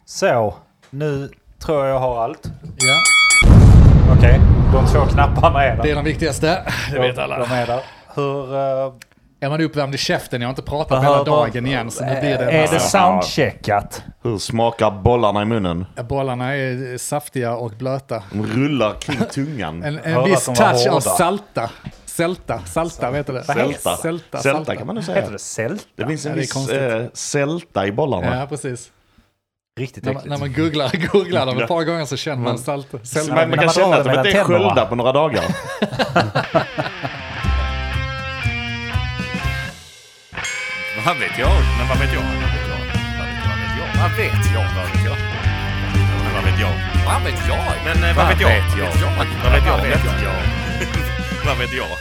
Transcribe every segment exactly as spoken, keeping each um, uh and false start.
Så, nu tror jag jag har allt. Ja. Okej, okay. De två knapparna är där. Det är de viktigaste, det vet alla. De är där. Hur... Uh... Är man uppvärmd i käften? Jag har inte pratat hela dagen igen. Så nu blir det är det soundcheckat? Hur smakar bollarna i munnen? Bollarna är saftiga och blöta. De rullar kring tungan. En, en viss touch av salta. Sälta, salta, vet du det? Sälta. Sälta, sälta kan man nu säga. Heter det sälta? Det finns en ja, viss äh, sälta i bollarna. Ja, precis. Riktigt när, man, när man googlar, googlar dem ett par gånger så känner man salta. Sälta. Man, man kan känna att det är sköljda på några dagar. Vad vet jag? Men vad vet jag? Vad vet jag? Vad vet jag? Vad vet jag? Vad vet jag? Men vad vet jag? Vad vet jag? Vad vet jag? Vad vet jag?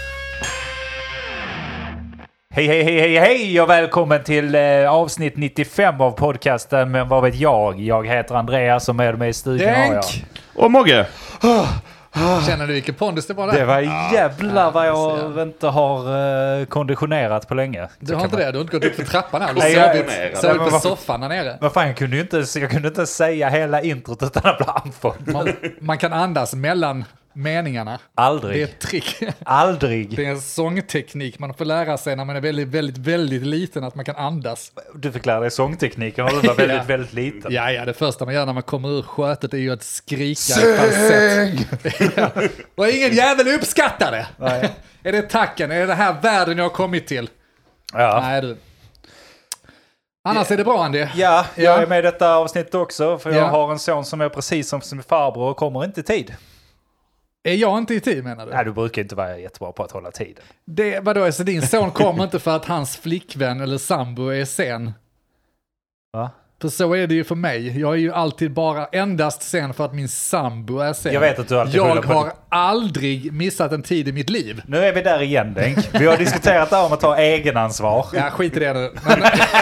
Hej, hej, hej, hej, hej och välkommen till eh, avsnitt nittiofem av podcasten. Men vad vet jag? Jag heter Andreas och med mig i studion har jag. Och Mogge. Känner du vilken pondus det var där? Det var jävlar vad jag ja. inte har uh, konditionerat på länge. Du har inte man... det? Du har inte gått upp för trappan här? Du har sovit på soffan här nere? Vad fan, jag kunde ju inte, jag kunde inte säga hela introt utan att bli andfådd. Man, man kan andas mellan meningarna. Aldrig. Det är ett trick. Aldrig. Det är en sångteknik man får lära sig när man är väldigt, väldigt, väldigt liten, att man kan andas. Du fick lära dig sångtekniken när du var väldigt, ja. väldigt liten. Ja, ja, det första man gör när man kommer ur skötet är ju att skrika i falsett. Ja. Och ingen jävel uppskattar det. Nej. Är det tacken? Är det det här världen jag har kommit till? Ja. Nej, du. Annars ja. är det bra, Andy. Ja, jag ja. är med i detta avsnitt också. För jag ja. har en son som är precis som sin farbror och kommer inte i tid. Är jag inte i tid, menar du? Nej, du brukar inte vara jättebra på att hålla tiden. Det, vadå, så din son kommer inte för att hans flickvän eller sambo är sen? Va? För så är det ju för mig. Jag är ju alltid bara endast sen för att min sambo är sen. Jag vet att du alltid Jag på har det. aldrig missat en tid i mitt liv. Nu är vi där igen, Denk. Vi har diskuterat det om att ta egenansvar. Ja, skit i det nu. Men,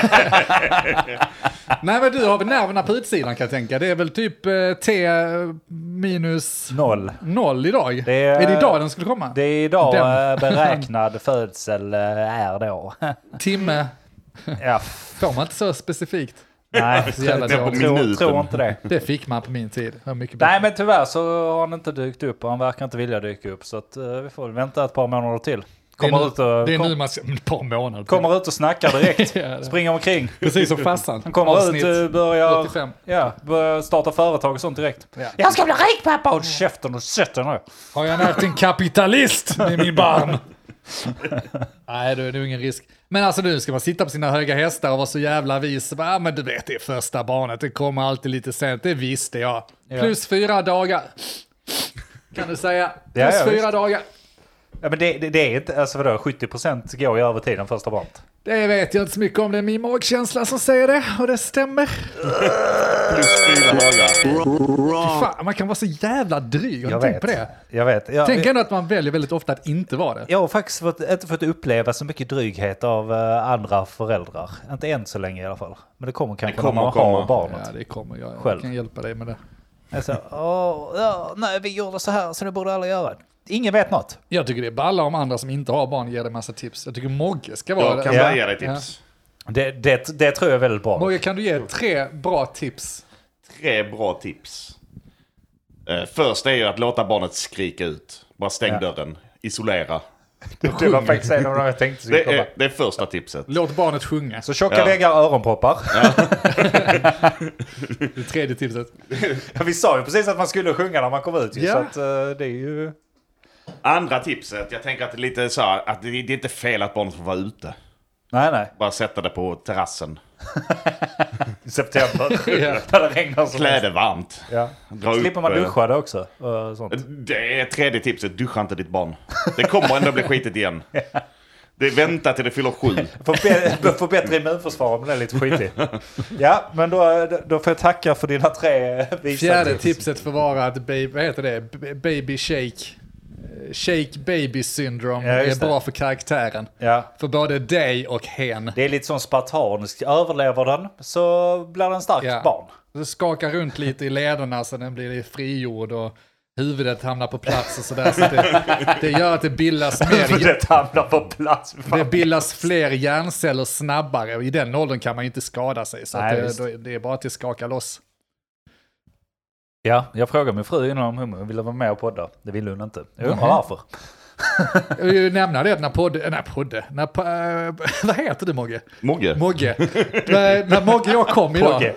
nej, men du har väl nerverna på utsidan, kan jag tänka. Det är väl typ eh, T minus noll. Noll idag. Det är, är det idag den skulle komma? Det är idag den. beräknad födsel är då. Timme. Ja. Får man inte så specifikt? Nej, så jävla jag tror, tror inte det. Det fick man på min tid. Mycket Nej, men tyvärr så har han inte dykt upp och han verkar inte vilja dyka upp. Så att, uh, vi får vänta ett par månader till. Kommer det är, ut och, det är kom, nu man ska, ett par månader till. Kommer ut och snackar direkt. Ja, springer omkring. Precis som fassan. Han kommer Avsnitt ut, börjar, åttiofem. Ja, börjar starta företag och sånt direkt. Ja. Jag ska bli rik, pappa! Och käften och sätter nu. Har jag närt en kapitalist med min barn? Nej, det är nog ingen risk. Men alltså nu ska man sitta på sina höga hästar och vara så jävla vis. Ja, men du vet, det är första barnet. Det kommer alltid lite sent. Det visste jag. Ja. Plus fyra dagar. Kan du säga. Plus ja, ja, fyra visst. dagar. Ja, men det, det, det är inte, alltså vadå, sjuttio procent går ju över tiden första barnet. Det vet jag inte så mycket om. Det är min magkänsla som säger det. Och det stämmer. Plus fyra dagar. Fan, man kan vara så jävla dryg. Jag jag vet. på det. Jag vet. Jag, Tänk ändå att man väljer väldigt ofta att inte vara det. Jag har faktiskt fått, inte fått uppleva så mycket dryghet av uh, andra föräldrar. Inte än så länge i alla fall. Men det kommer kanske när man har barnet. Ja, det kommer. Jag, själv. jag kan hjälpa dig med det. Alltså, åh, ja, nej, vi gjorde så här så det borde alla göra. Ingen vet något. Jag tycker det är balla om andra som inte har barn ger dig massa tips. Jag tycker Mogge ska vara jag det. kan ja. bara ge dig tips. Ja. Det, det, det tror jag är väldigt bra. Mogge, kan du ge tre bra tips? Tre bra tips. Uh, först är ju att låta barnet skrika ut. Bara stäng ja. dörren. Isolera. Det, det var faktiskt en av de jag tänkte skulle komma. Det är, det är första tipset. Låt barnet sjunga. Så tjocka ja. väggar, öronproppar. Ja. Det tredje tipset. Ja, vi sa ju precis att man skulle sjunga när man kom ut. Ja. Så att, uh, det är ju... Andra tipset, jag tänker att det är lite så här, att det, det är inte fel att barnet får vara ute. Nej, nej. Bara sätta det på terrassen. I september. Ja. När det regnar så Klä det varmt. Ja. Dra slipper man upp, duscha det också. Och sånt. Det är tredje tipset, duscha inte ditt barn. Det kommer ändå bli skitigt igen. Det är vänta till det fyller sju. Får få bättre immunförsvar om det är lite skitigt. Ja, men då, då får jag tacka för dina tre visa Fjärde tips. tipset får vara att baby, vad heter det? Baby shake. Shake baby syndrome ja, är bra för karaktären. Ja. För både dig och hen. Det är lite som spartanskt. Överlever den så blir den starkt ja. barn. Så skakar runt lite i lederna så den blir frigjord och huvudet hamnar på plats och sådär. Så det, det gör att det bildas mer... Huvudet hamnar på plats. Det bildas fler hjärnceller snabbare och i den åldern kan man ju inte skada sig. Så Nej, att det, det är bara att det skakar loss. Ja, jag frågade min fru innan om hon ville vara med och podda. Det ville hon inte. Jag undrar varför. Jag vill ju nämna det när podd, när podd, när, äh, vad heter det Mogge? Mogge. Mogge. när, när Mogge och jag kom idag. Mogge.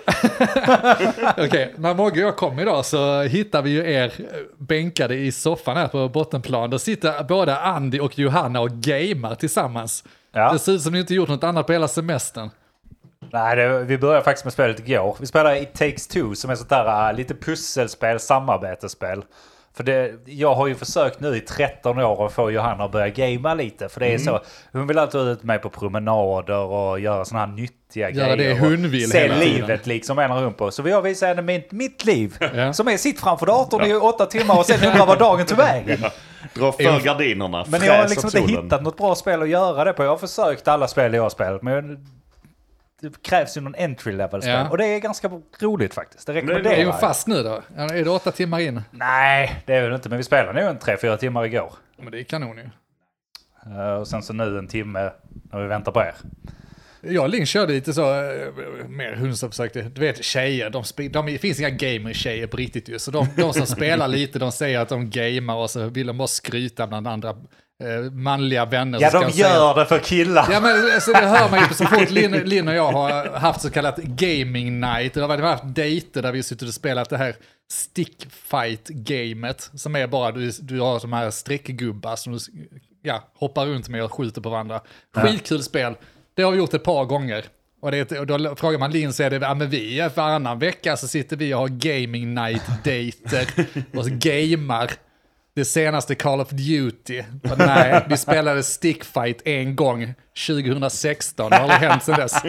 Okej, okay, när Mogge och jag kom idag så hittar vi ju er bänkade i soffan här på bottenplan. Då sitter både Andy och Johanna och gamar tillsammans. Ja. Det ser ut som ni inte gjort något annat på hela semestern. Nej, det, vi började faktiskt med spelet igår. Vi spelade It Takes Two som är sånt där uh, lite pusselspel, samarbetesspel. För det, jag har ju försökt nu i tretton år att få Johanna att börja gamea lite. För det är mm. så, hon vill alltid ut med på promenader och göra såna här nyttiga göra grejer. Det hon vill se livet liksom en rum på. Så vi har visat henne mitt, mitt liv. Ja. Som är sitt framför datorn i åtta timmar och sen undrar vad dagen tog vägen. Ja. Dra för gardinerna. Men jag har liksom inte hittat något bra spel att göra det på. Jag har försökt alla spel jag har spelat. Men det krävs ju någon entry-level-spel. Ja. Och det är ganska roligt faktiskt. Det rekommenderar. Är hon fast nu då? Är det åtta timmar in? Nej, det är det inte. Men vi spelade nog en tre, fyra timmar igår. Men det är kanon ju. Uh, och sen så nu en timme när vi väntar på er. Jag och Link körde lite så, uh, mer hund som försökte. Du vet, tjejer, de, sp- de, det finns inga gamer-tjejer på riktigt ju. Så de, de som spelar lite, de säger att de gamar och så vill de bara skryta bland andra manliga vänner. Ja, de gör det för killar. Ja, men alltså, det hör man ju så fort Linn, Linn och jag har haft så kallat gaming night. Det har varit haft dejter där vi suttit och spelat det här stick fight-gamet som är bara, du, du har de här streckgubbar som du ja, hoppar runt med och skjuter på varandra. Skitkul ja. Spel. Det har vi gjort ett par gånger. Och, det, och då frågar man Linn så är det, ja men vi varannan vecka så sitter vi och har gaming night-dejter och gamar. Det senaste Call of Duty. Och nej, vi spelade Stickfight en gång tjugo sexton. Det har aldrig hänt sedan dess.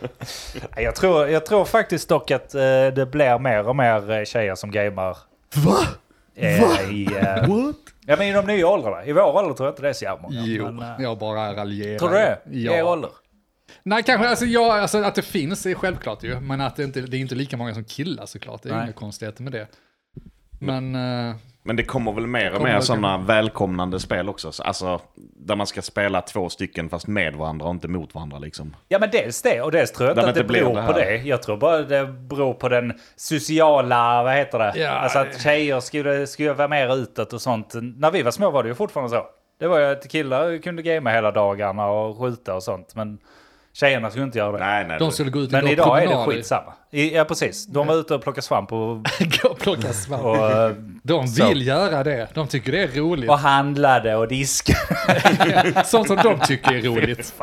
Jag tror, jag tror faktiskt dock att uh, det blir mer och mer tjejer som gamar. Va? Uh, Va? I, uh, What? Ja, men i de nya åldrarna. I vår ålder tror jag inte det är så jävla många. Jo, men, uh, jag bara raljerar. Tror du det? Ja. I er ålder? Nej, kanske. Alltså, ja, alltså, att det finns är självklart ju. Men att det, inte, det är inte lika många som killar såklart. Det är inga konstigheter med det. Men... Uh, Men det kommer väl mer och mer sådana välkomnande spel också. Alltså, där man ska spela två stycken fast med varandra och inte mot varandra liksom. Ja, men dels det. Och dels tror jag inte att det beror det på det. Jag tror bara det beror på den sociala, vad heter det? Ja. Alltså att tjejer skulle, skulle vara mer utåt och sånt. När vi var små var det ju fortfarande så. Det var ju att killar kunde gamea hela dagarna och skjuta och sånt. Men tjejerna skulle inte göra det. Nej, nej, de skulle gå ut men och idag promenader. är det skitsamma. I, ja, precis. De var ute och plockade svamp. Och, gå och plocka svamp. Och, de vill så. Göra det. De tycker det är roligt. Och handlade och diskade. Sånt som de tycker är roligt.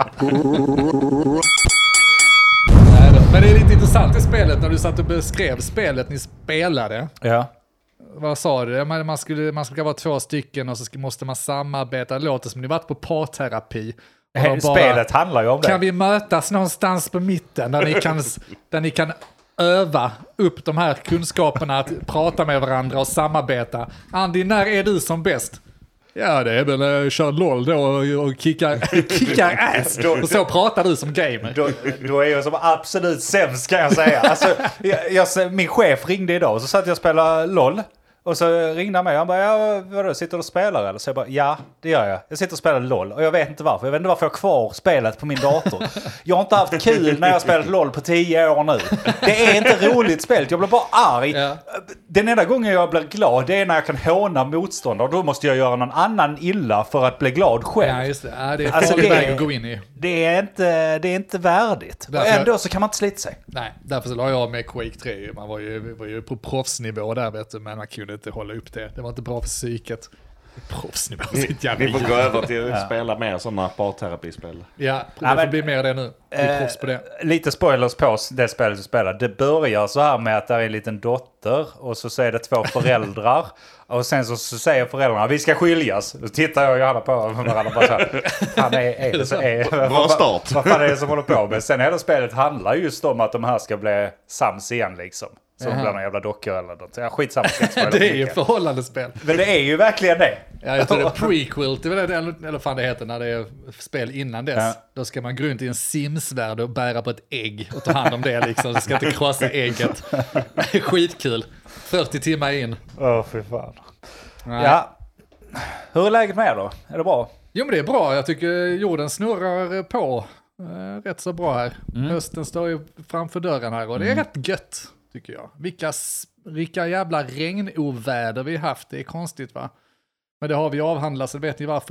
Nej då. Men det är lite intressant i spelet när du satt och beskrev spelet ni spelade. Ja. Vad sa du? Man skulle, man ska vara två stycken och så måste man samarbeta. Det låter som ni varit på parterapi. Bara, spelet handlar ju om det. Kan vi mötas någonstans på mitten där ni kan, där ni kan öva upp de här kunskaperna att prata med varandra och samarbeta. Andy, när är du som bäst? Ja, det är väl uh, kör LOL då och, och kickar, kickar ass. Och så pratar du som gamer. Då, då är jag som absolut sämst kan jag säga. Alltså, jag, jag, min chef ringde idag och så satt jag och spelade LOL. Och så ringde han mig och han bara, ja, vadå, sitter du och spelar eller? Så jag bara, ja, det gör jag. Jag sitter och spelar LOL och jag vet inte varför. Jag vet inte varför jag har kvar spelet på min dator. Jag har inte haft kul när jag har spelat LOL på tio år nu. Det är inte roligt spelet, jag blir bara arg. Ja. Den enda gången jag blir glad, det är när jag kan håna motståndare. Då måste jag göra någon annan illa för att bli glad själv. Ja, just det. Ja, det är alltså, farlig det, väg att gå in i. Det är inte, det är inte värdigt. Därför och ändå jag, så kan man inte slita sig. Nej, därför så la jag med Quake tre. Man var ju, var ju på proffsnivå där, vet du, men man kunde inte hålla upp det. Det var inte bra för psyket. Proffsnivå. Vi, vi får gå över till att spela mer sådana parterapispel. Ja, det ja, får bli mer det nu. Eh, på det. Lite spoilers på det spelet du spelar. Det börjar så här med att det är en liten dotter och så, så är det två föräldrar. Och sen så, så säger föräldrarna, vi ska skiljas. Då tittar jag och Johanna på varandra bara så här. Fan, är, är det så, är, Bra start. Vad, vad fan är det som håller på med? Sen hela spelet handlar just om att de här ska bli sams igen liksom. Som bland någon jävla dockor eller något. Ja, skitsamma. Det är ju förhållandespel. Men det är ju verkligen det. Ja, jag tror det är prequel till det, eller fan det heter när det är spel innan dess. Ja. Då ska man gå runt i en Sims-värld och bära på ett ägg och ta hand om det liksom. Så ska inte krossa ägget. Skitkul. fyrtio timmar in. Åh, oh, fy fan. Nej. Ja. Hur är läget med då? Är det bra? Jo, men det är bra. Jag tycker jorden snurrar på. Rätt så bra här. Mm. Hösten står ju framför dörren här och det är mm. rätt gött. Tycker jag. Vilka vilka jävla regnoväder vi haft. Det är konstigt va? Men det har vi avhandlat så vet ni varför.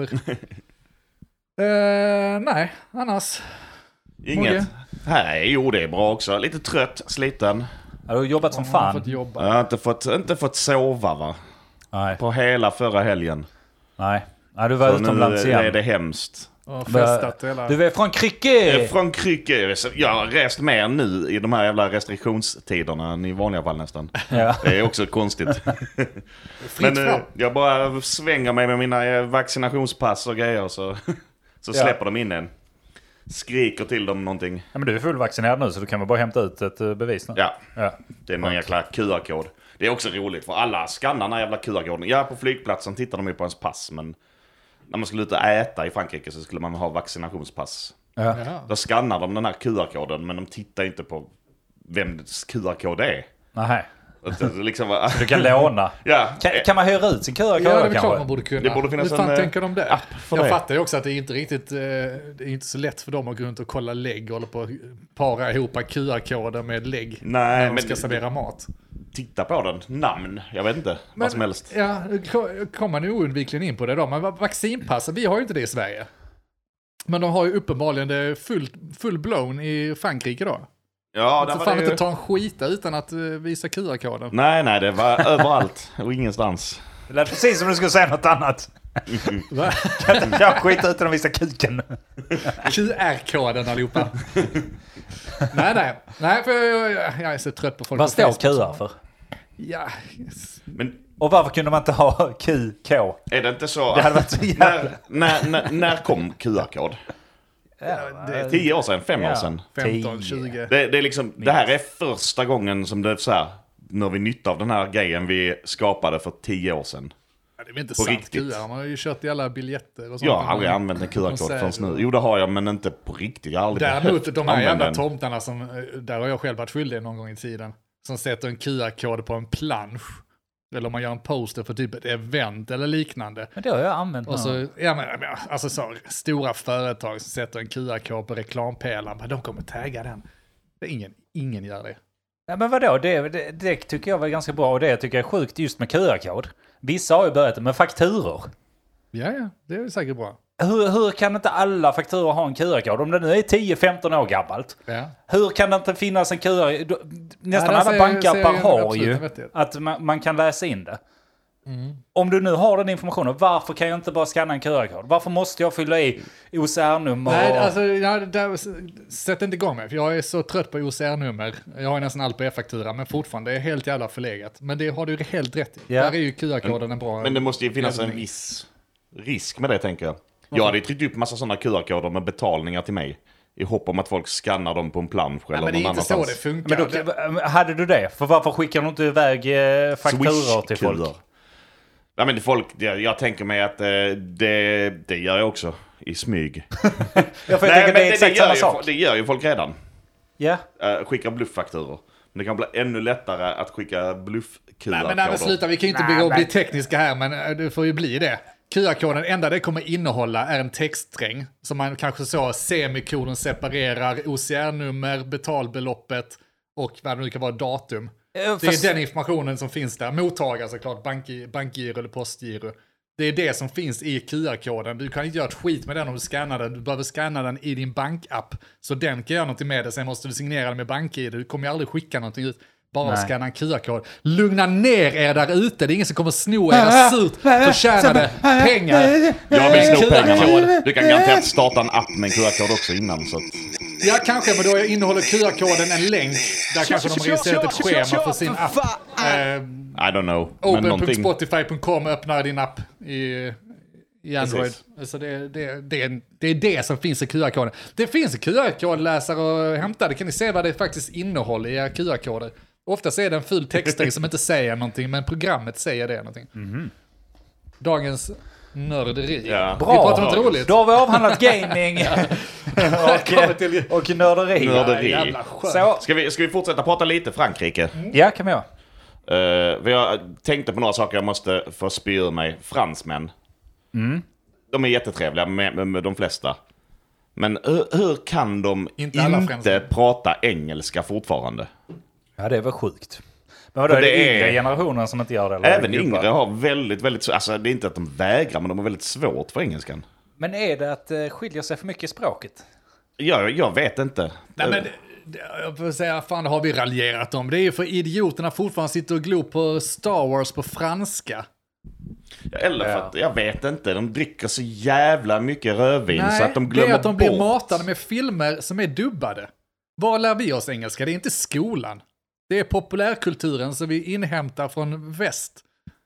uh, nej, annars. Inget. Nej, jo det är bra också. Lite trött, sliten. Ja, du har jobbat som fan. Fått jobba. Jag har inte fått, inte fått sova va? Nej. På hela förra helgen. Nej. Nej, du var Så utomlands nu igen. är det hemskt. Och festat hela... Du är från Krycke! Från Krycke. Jag har rest mer nu i de här jävla restriktionstiderna än i vanliga fall nästan. Ja. Det är också konstigt. Men eh, jag bara svänger mig med mina eh, vaccinationspass och grejer så, så Ja. släpper de in en. Skriker till dem någonting. Ja, men du är fullvaccinerad nu så du kan väl bara hämta ut ett uh, bevis nu. Ja, Ja. det är någon jäkla Q R-kod. Det är också roligt för alla skannar den här jävla Q R-koden. Ja, på flygplatsen tittar de ju på ens pass men när man skulle ut och äta i Frankrike så skulle man ha vaccinationspass. Ja. Ja. Då skannar de den här Q R-koden men de tittar inte på vems Q R-kod det är. Nej. Att det liksom, Du kan låna. ja, Kan, kan man hyra ut sin Q R-kod Ja, det är väl kanske? klart man borde kunna. Det borde finnas Hur fan en, eh, tänker de det? app för Jag det. fattar ju också att det är inte riktigt, eh, det är inte så lätt för dem att gå runt och kolla lägg och hålla på att para ihop Q R-koder med lägg. Nej, när de men ska servera mat. titta på den. Namn, jag vet inte. vad som helst. Ja, kommer man ju oundvikligen in på det då. Men vaccinpassen, vi har ju inte det i Sverige. Men de har ju uppenbarligen det full, full blown i Frankrike då. Ja, Så där var fan det inte ju... ta en skita utan att uh, visa Q R-koden. Nej, nej, det var överallt och ingenstans. Det lät precis som du skulle säga något annat. Va? Kan inte jag skita utan att visa kuken? Q R-koden allihopa. nej, nej. Nej, för jag, jag, jag är så trött på folk. Vad på står Facebook Q R som- för? Ja, Men Och varför kunde man inte ha Q K? är det inte så... Det hade varit så jävla... när, när, när, när kom Q R-kod? Ja, Tio år sedan, fem Ja. år sedan. femton, Tio. tjugo. Det, det, är liksom, det här är första gången som det är så här, när vi nytta av den här grejen vi skapade för tio år sedan. Ja, det är väl inte På sant riktigt. Q R, man har ju kört i alla biljetter och sånt. Jag har aldrig använt en Q R-kod förrän nu. Jo, det har jag, men inte på riktigt. Jag har aldrig Däremot behövt de här använda jävla den. tomtarna som, eh, där har jag själv varit skyldig någon gång i tiden. Som sätter en Q R-kod på en plansch. Eller om man gör en poster för typ ett event eller liknande. Men det har jag använt Och nu. så, ja men, men, alltså så, stora företag som sätter en Q R-kod på reklampelaren, men de kommer tagga den. Det är ingen, ingen gör det. Ja, men vadå, det, det, det tycker jag var ganska bra och det tycker jag är sjukt just med Q R-kod. Vissa har ju börjat med fakturor. Ja, ja, det är säkert bra. Hur, hur kan inte alla fakturor ha en Q R-kod? Om det nu är tio femton år gammalt. Ja. Hur kan det inte finnas en Q R? Då- Nästan Ja, där alla ser- bankappar ser jag har absolut ju en vettighet. att man, man kan läsa in det. Mm. Om du nu har den informationen, varför kan jag inte bara scanna en Q R-kod? Varför måste jag fylla i O C R-nummer? Nej, och- alltså, ja, där, sätt inte igång mig, för jag är så trött på O C R-nummer. Jag har ju nästan allt på e-faktura, men fortfarande är det helt jävla förlegat. Men det har du helt rätt i. Ja. Där är ju Q R-koden en bra... Men det måste ju finnas en räddning. viss risk med det, tänker jag. Jag hade ju tryckt upp massa sådana Q R-koder med betalningar till mig. I hopp om att folk skannar dem på en plansch Ja, eller men det någon är inte så annanstans. det funkar. Men då, Det- hade du det? För varför skickar du inte iväg eh, fakturor till folk? Swish-kulor. Ja, men det folk, jag, jag tänker mig att eh, det, det gör jag också i smyg. Ja, för jag tänker det är exakt gör samma ju, sak. det gör ju folk redan. Ja. Uh, skicka blufffakturor. Men det kan bli ännu lättare att skicka bluff-Q Nej, men, nej, men sluta, vi kan ju inte Nej, bli, bli men- tekniska här, men eh, det får ju bli det. Q R-koden, enda det kommer innehålla är en textsträng som man kanske så semikolon separerar O C R-nummer, betalbeloppet och vad det nu kan vara, datum. Eh, Det fast- är den informationen som finns där. Mottagare såklart, bank, bankgiro eller postgiro. Det är det som finns i Q R-koden. Du kan inte göra ett skit med den om du scannar den. Du behöver scanna den i din bankapp. Så den kan göra någonting med det. Sen måste du signera den med bank-id. Du kommer ju aldrig skicka någonting ut. Bara Nej. scanna en Q R-kod. Lugna ner er där ute. Det är ingen som kommer sno era surt förtjänade pengar. Jag vill sno Q R-kod. pengarna. Du kan garanterat starta en app med en Q R-kod också innan. Så att, Ja, kanske, men då innehåller Q R-koden en länk. Där kanske de har registrerat ett schema för sin app. Eh, I don't know. Men Open punkt någonting. spotify punkt com öppnar din app i, i Android. Precis. Så det, det, det, är, det är det som finns i Q R-koden. Det finns en Q R-kodläsare att hämta. Det kan ni se vad det faktiskt innehåller i era Q R-koder. Ofta är det en full textsträng som inte säger någonting, men programmet säger det någonting. Mhm. Dagens nörderi. Ja. Vi pratar om något roligt. Då har vi avhandlat gaming Kommer till- och, och nörderi. Nörderi. Jävla skönt. Så, Ska vi, ska vi fortsätta prata lite Frankrike? ja, kan vi göra. Uh, för jag tänkte på några saker jag måste få spy ur mig. Fransmän. Mm. De är jättetrevliga med, med, med de flesta. Men hur, hur kan de Inte alla inte fransmän. prata engelska fortfarande? Ja, det är väl sjukt. Men vadå, är det, det yngre är... generationen som inte gör det? Eller Även det yngre har väldigt, väldigt... Alltså det är inte att de vägrar, men de har väldigt svårt för engelskan. Men är det att det skiljer sig för mycket i språket? Ja, jag vet inte. Nej, men jag får säga, fan det har vi raljerat om. Det är ju för idioterna fortfarande sitter och glor på Star Wars på franska. Eller för att, jag vet inte, de dricker så jävla mycket rödvin Nej, så att de glömmer det är att de blir bort. matade med filmer som är dubbade. Var lär vi oss engelska? Det är inte skolan. Det är populärkulturen som vi inhämtar från väst.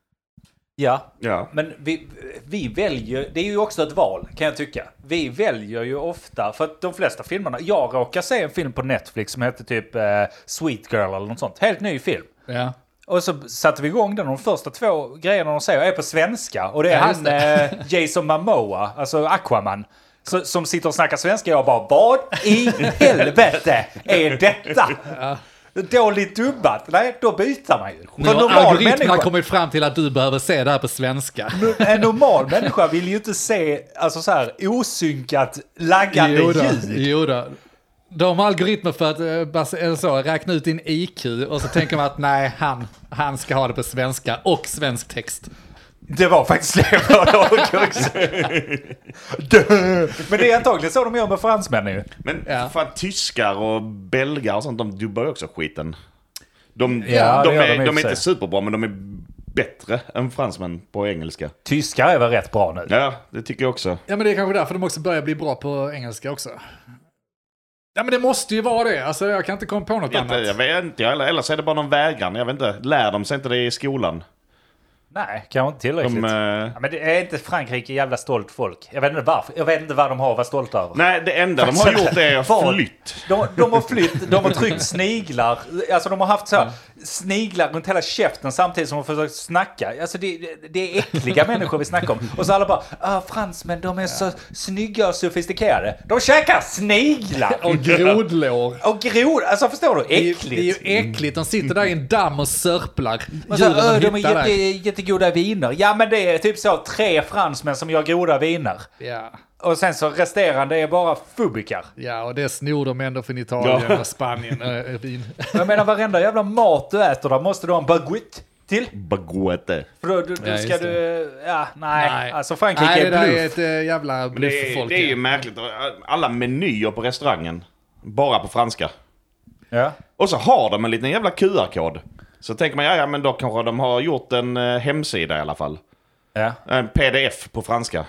Ja, Ja. men vi, vi väljer, det är ju också ett val kan jag tycka. Vi väljer ju ofta, för att de flesta filmerna, jag råkar se en film på Netflix som heter typ eh, Sweet Girl eller något sånt. Helt ny film. Ja. Och så satte vi igång den och de första två grejerna de säger är på svenska. Och det är Ja, han just det. eh, Jason Momoa, alltså Aquaman. Så, som sitter och snackar svenska. Jag bara, vad i helvete är detta? Ja. Dåligt dubbat. Nej, då byter man ju. Nu För har normal algoritmerna människa, kommit fram till att du behöver se det här på svenska. en normal människa vill ju inte se alltså så här osynkat laggande Jo då, ljud. jo då. De har algoritmer för att eh, bas- eller så, räkna ut din I Q och så tänker man att nej, han, han ska ha det på svenska och svensk text. Det var faktiskt det både och också. Dö. Men det är antagligen så de gör med fransmännen ju. Men Ja. fan, tyskar och belgar och sånt, de dubbar ju också skiten. De, Ja, de, det gör är, de i och de är för inte sig. superbra, men de är bättre än fransmän på engelska. Tyskar är väl rätt bra nu. Ja, det tycker jag också. Ja, men det är kanske därför de också börjar bli bra på engelska också. Ja, men det måste ju vara det. Alltså, jag kan inte komma på något Jag, annat. jag vet inte, eller, eller så är det bara någon vägran. Jag vet inte, lär de sig inte det i skolan? Nej, kanske inte tillräckligt. De, eh, Ja, men det är inte Frankrike jävla stolt folk. Jag vet inte varför. Jag vet inte vad de har att vara stolta över. nej, det enda de har gjort är Vad? att flytt. De, de har flytt, de har tryckt sniglar. Alltså de har haft så här sniglar runt hela käften samtidigt som de har försökt snacka. Alltså det, det, det är äckliga människor vi snackar om. Och så alla bara, ah, fransmän, de är så snygga och sofistikerade. De käkar sniglar! Och grodlår. Och grod, alltså förstår du? Det är, ju- Äckligt. det är ju äckligt. De sitter där i en damm och sörplar. Och så, Djuren "Ö, de de hittar är jätte, där. jättegoda viner. Ja men det är typ så tre fransmän som gör goda viner. Ja. Och sen så resterande är bara fubikar. Ja, och det snor de ändå från Italien Ja. och Spanien. Äh, vin. Jag menar varenda jävla mat du äter där måste du ha en baguette till. Baguette. För då, då, då Ja, ska just du... Ja, nej. Nej. Alltså Frankrike Nej, det är där bluff. är ett äh, jävla Det är, blufffolk. det är ju märkligt. Alla menyer på restaurangen, bara på franska. Ja. Och så har de en liten jävla Q R-kod. Så tänker man, ja, ja men då kanske de har gjort en eh, hemsida i alla fall. Ja. En P D F på franska.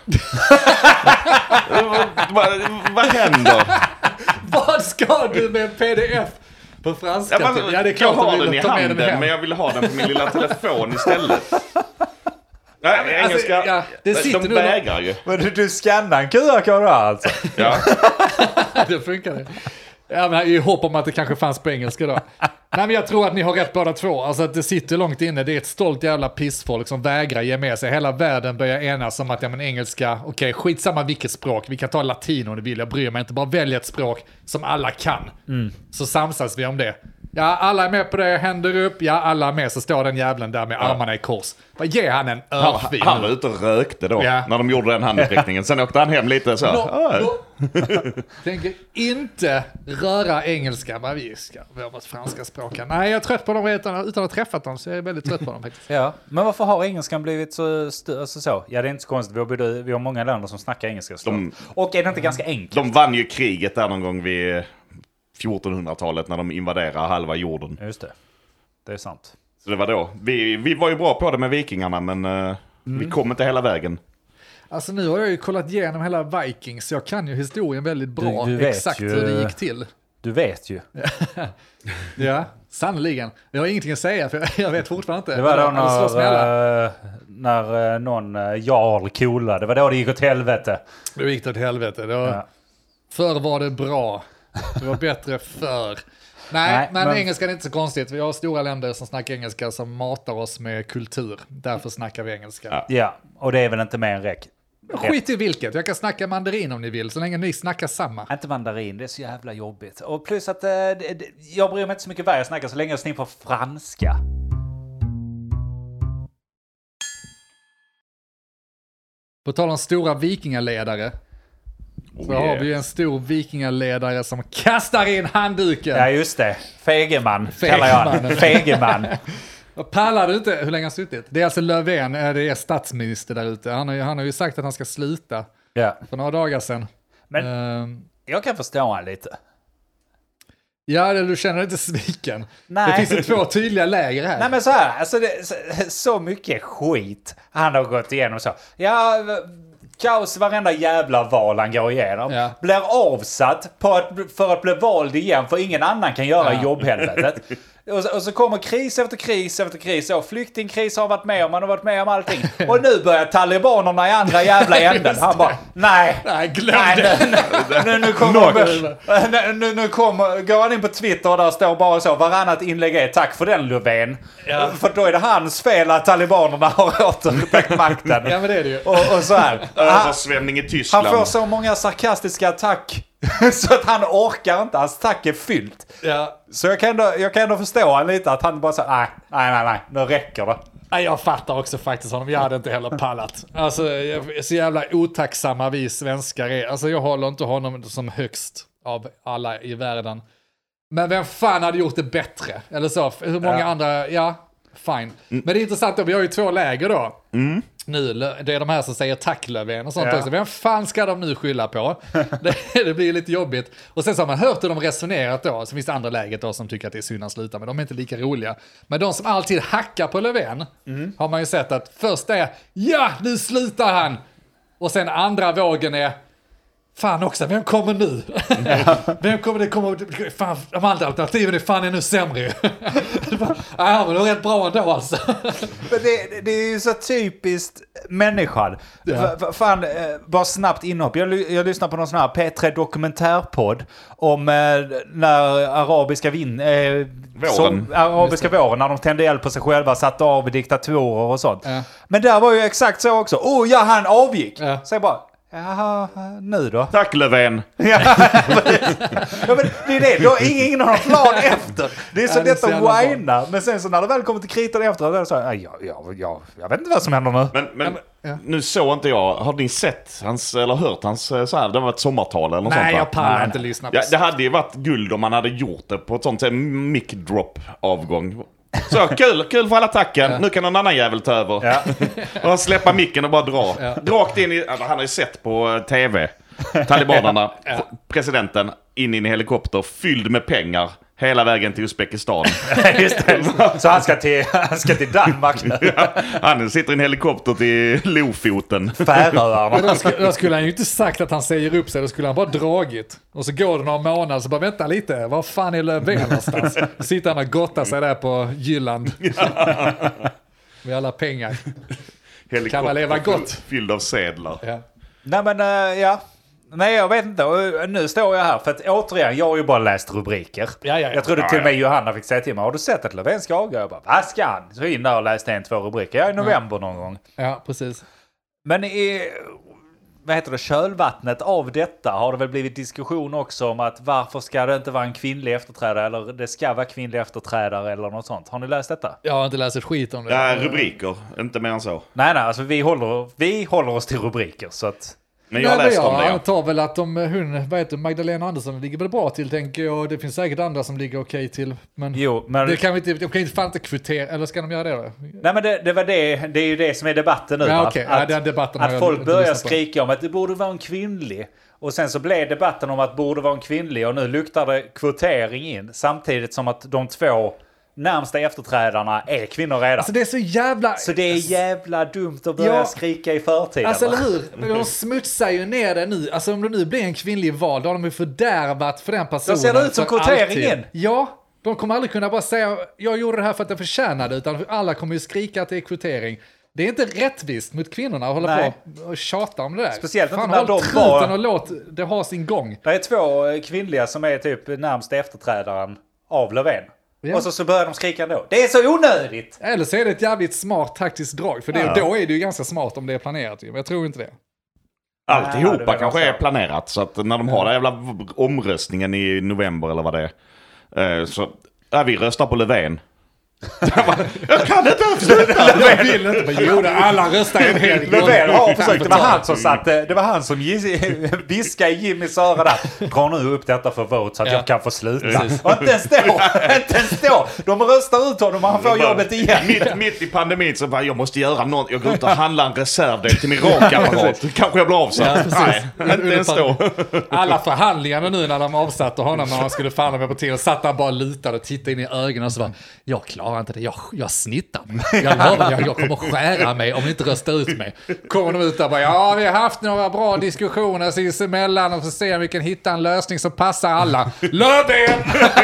vad, vad, vad händer? Vad ska du med en P D F på franska? Ja, till? men, Ja, det är klart jag att har du den vill i ta med den handen, hem. men jag vill ha den på min lilla telefon istället. Nej, engelska, alltså, ja, det sitter de nu- vägrar ju. Men du, du skannar en Q R-kod alltså? Ja. Det funkar det. Ja, men i hopp om att det kanske fanns på engelska då. Nej, men jag tror att ni har rätt båda två. Alltså att det sitter långt inne. Det är ett stolt jävla pissfolk som vägrar ge med sig. Hela världen börjar enas om att ja, men engelska, okej, okay, skitsamma vilket språk. Vi kan ta latin om du vill, jag bryr mig inte. Bara välj ett språk som alla kan. Mm. Så samsas vi om det. Ja, alla är med på det, händer upp. Ja, alla är med, så står den jävlen där med ja. armarna i kors. Bara ge han en örfil. Han, han var ute och rökte då, Ja. när de gjorde den handuppräckningen. Sen åkte han hem lite så här. No, "Ah." no. Tänker inte röra engelska, men vi ska vårt franska språk. Nej, jag är trött på dem utan, utan att ha träffat dem, så jag är väldigt trött på dem faktiskt. Ja, men varför har engelskan blivit så, st- alltså så? Ja, det är inte så konstigt. Vi har, både, vi har många länder som snackar engelska. Så. De- Och är det inte ganska enkelt? De vann ju kriget där någon gång vid fjortonhundratalet när de invaderade halva jorden. Just det. Det är sant. Så det var då. Vi, vi var ju bra på det med vikingarna, men uh, vi kom inte hela vägen. Alltså nu har jag ju kollat igenom hela Vikings, så jag kan ju historien väldigt bra. Du- du vet exakt ju- hur det gick till. Du vet ju. Ja, sannoliken. Jag har ingenting att säga, för jag vet fortfarande inte. Det var då Eller slåss med alla. när, eh, när eh, någon uh, jarl coolade. Det var då det gick åt helvete. Det gick åt helvete. Det var, Ja. Förr var det bra. Det var bättre förr. Nej, Nej, men, men- engelska är inte så konstigt. Vi har stora länder som snackar engelska som matar oss med kultur. Därför snackar vi engelska. Ja. Ja, och det är väl inte mer än räck. Skit i vilket. Jag kan snacka mandarin om ni vill, så länge ni snackar samma. Inte mandarin, det är så jävla jobbigt. Och plus att eh, det, det, jag bryr mig inte så mycket vad jag snackar så länge jag snippar franska. På tal om stora vikingaledare, Oh, så yeah. har vi ju en stor vikingaledare som kastar in handduken. Ja, just det. Fegeman Fegeman. kallar jag han. Fegeman. Pallar du inte, hur länge har han suttit? Det är alltså Löfven, det är statsminister där ute. Han har, ju, han har ju sagt att han ska sluta Ja. för några dagar sedan. Men Um, jag kan förstå honom lite. ja, du känner dig inte sviken. Nej. Det finns ju två tydliga läger här. Nej men så här, alltså det, så, så mycket skit han har gått igenom så. Ja, kaos varenda jävla val han går igenom. Ja. Blir avsatt på att, för att bli vald igen för ingen annan kan göra Ja. jobbhelvetet. Och så, och så kommer kris efter kris efter kris. Och flyktingkris har varit med om, man har varit med om allting. Och nu börjar talibanerna i andra jävla änden. Han bara, nej. Nej, glöm Nej, det. nu, nu, nu, kommer, nu, nu, nu kommer, går han in på Twitter och där står bara så, varannat inlägg är tack för den Löfven. Ja. För då är det hans fel att talibanerna har återtagit makten. Ja, men det är det ju. Och, och så här. Han, Översvämning i Tyskland. han får så många sarkastiska attack så att han orkar inte, hans tack är fyllt. Ja. Så jag kan ändå, jag kan ändå förstå han lite att han bara säger nej, nej, nej, nej, nu räcker det. Nej, jag fattar också faktiskt honom. Jag hade inte heller pallat. Alltså, jag- så jävla otacksamma vi svenskar är. Alltså, jag håller inte honom som högst av alla i världen. Men vem fan hade gjort det bättre? Eller så, hur många Ja. andra, ja, fine. Men det är intressant då, vi har ju två läger då. Nu, det är de här som säger tack Löfven och sånt Ja. också. Vem fan ska de nu skylla på? det, det blir ju lite jobbigt. Och sen så har man hört hur de resonerat då. Så finns det andra läget då som tycker att det är synd att sluta, men de är inte lika roliga. Men de som alltid hackar på Löfven har man ju sett att först är ja, nu slutar han. Och sen andra vågen är fan också, vem kommer nu? Vem kommer det kommer? Fan, de andra alternativen är fan ännu sämre. Ja, men det var rätt bra ändå alltså. Men det, det är ju så typiskt människan. Ja. F- f- fan, eh, bara snabbt inhopp. Jag, ly- jag lyssnar på någon sån här P tre dokumentärpodd om eh, när arabiska vin... Eh, Våren. som, arabiska våren, när de tände eld på sig själva, satte av diktatorer och sånt. Ja. Men där var ju exakt så också. Oh ja, han avgick. Ja. Så jag bara, jaha, nu då? Tack Löfven. Ja, men det är det. Då är ingen har någon plan efter. Det är så Ja, det är lätt så att jävla bra. whina. Men sen så när det väl kommer till kritan efter, då är det så här, ja, ja, ja, jag vet inte vad som händer nu. Men, men ja. nu såg inte jag, har ni sett hans, eller hört hans så här, det var ett sommartal eller något sånt Nej, va? jag pallar Nej, inte nej. lyssna på. Ja, det hade ju varit guld om man hade gjort det på ett sånt här mic drop avgång. Så kul, kul för alla tacken. Nu kan någon annan jävel ta över. Ja. Och släppa micken och bara dra. Rakt in i, alltså, han har ju sett på tv. Talibanerna, presidenten, in i en helikopter fylld med pengar. Hela vägen till Uzbekistan. Just det. Så han ska till, han ska till Danmark nu. Ja, han sitter i en helikopter till Lofoten. Men Färöarna. då, skulle, då skulle han ju inte sagt att han säger upp sig, då skulle han bara dragit. Och så går det några månader så bara vänta lite, var fan är Löfven någonstans? Då sitter han och gottar sig där på Jylland. Med alla pengar. Kan man leva gott? Fylld av sedlar. Ja. Nej men, uh, ja. Nej, jag vet inte. Och nu står jag här för att återigen, jag har ju bara läst rubriker. Ja, ja, ja. Jag trodde till och med Johanna fick säga till mig, har du sett att Löfven ska avgå? Jag bara, vad ska han? Så in där och läste en, två rubriker. Jag är i november någon gång. Ja, precis. Men i, vad heter det, kölvattnet av detta har det väl blivit diskussion också om att varför ska det inte vara en kvinnlig efterträdare eller det ska vara kvinnlig efterträdare eller något sånt. Har ni läst detta? Jag har inte läst ett skit om det. Ja, rubriker. Inte mer än så. Nej, nej, alltså vi håller, vi håller oss till rubriker så att... Men jag har Nej, läst men om det. Jag Ja. antar väl att de, hon, vad heter Magdalena Andersson ligger väl bra till tänker jag. Det finns säkert andra som ligger okej till. Men Jo, men... det kan vi inte, de kan inte fan inte kvotera, eller ska de göra det då? Nej men det, det var det, det är ju det som är debatten nu. Ja, va? okej. Att, Ja, den debatten har att jag folk inte börjar lyssnat på. skrika om att det borde vara en kvinnlig. Och sen så blev debatten om att det borde vara en kvinnlig och nu luktar det kvotering in. Samtidigt som att de två närmsta efterträdarna är kvinnor redan. Alltså det är så jävla... Så det är jävla dumt att börja Ja. skrika i förtid. Alltså va? eller hur? De smutsar ju ner det nu. Alltså om det nu blir en kvinnlig val, då har de ju fördärvat för den personen. Då ser det ut som för kvoteringen. alltid. Ja, de kommer aldrig kunna bara säga jag gjorde det här för att jag förtjänade, utan alla kommer ju skrika att det är kvotering. Det är inte rättvist mot kvinnorna att hålla Nej. på och tjata om det där. Speciellt Fan, inte när håll de truten var- och låt det ha sin gång. Det är två eh, kvinnliga som är typ närmsta efterträdaren av Löfven. Ja. Och så, så börjar de skrika ändå. Det är så onödigt! Eller så är det ett jävligt smart taktiskt drag. För det, Ja. då är det ju ganska smart om det är planerat. Men jag tror inte det. Ja, det Alltihopa är kanske väl är så. planerat. Så att när de har den jävla omröstningen i november eller vad det är. eh, Så ja, vi röstar på Löfven. Jag kan inte avsluta! Jag vill inte, men jo, alla röstar en hel Löfven har försökt, det var han som satt, det var han som viskade i Jimmys öra där. Dra nu upp detta för vote så att Ja. jag kan få sluta. Och inte ens då, inte ens då. De röstar ut honom och han får jobbet igen. Mitt, mitt i pandemin så bara, jag måste göra något. Jag går ut och handlar en reservdel till min rakapparat. Kanske jag blir avsatt. Ja, precis. Nej, inte ens då. Alla förhandlingarna nu när de avsatte honom när han skulle förhandla med partiet, satt han bara lutad och tittade in i ögonen och så bara, jag klarar inte det, jag, jag snittar. Jag lovar, jag, jag kommer skära mig om ni inte röstar ut mig. Kommer de ut där och bara, ja vi har haft några bra diskussioner sinsemellan och så ser vi kan hitta en lösning som passar alla. Löfven!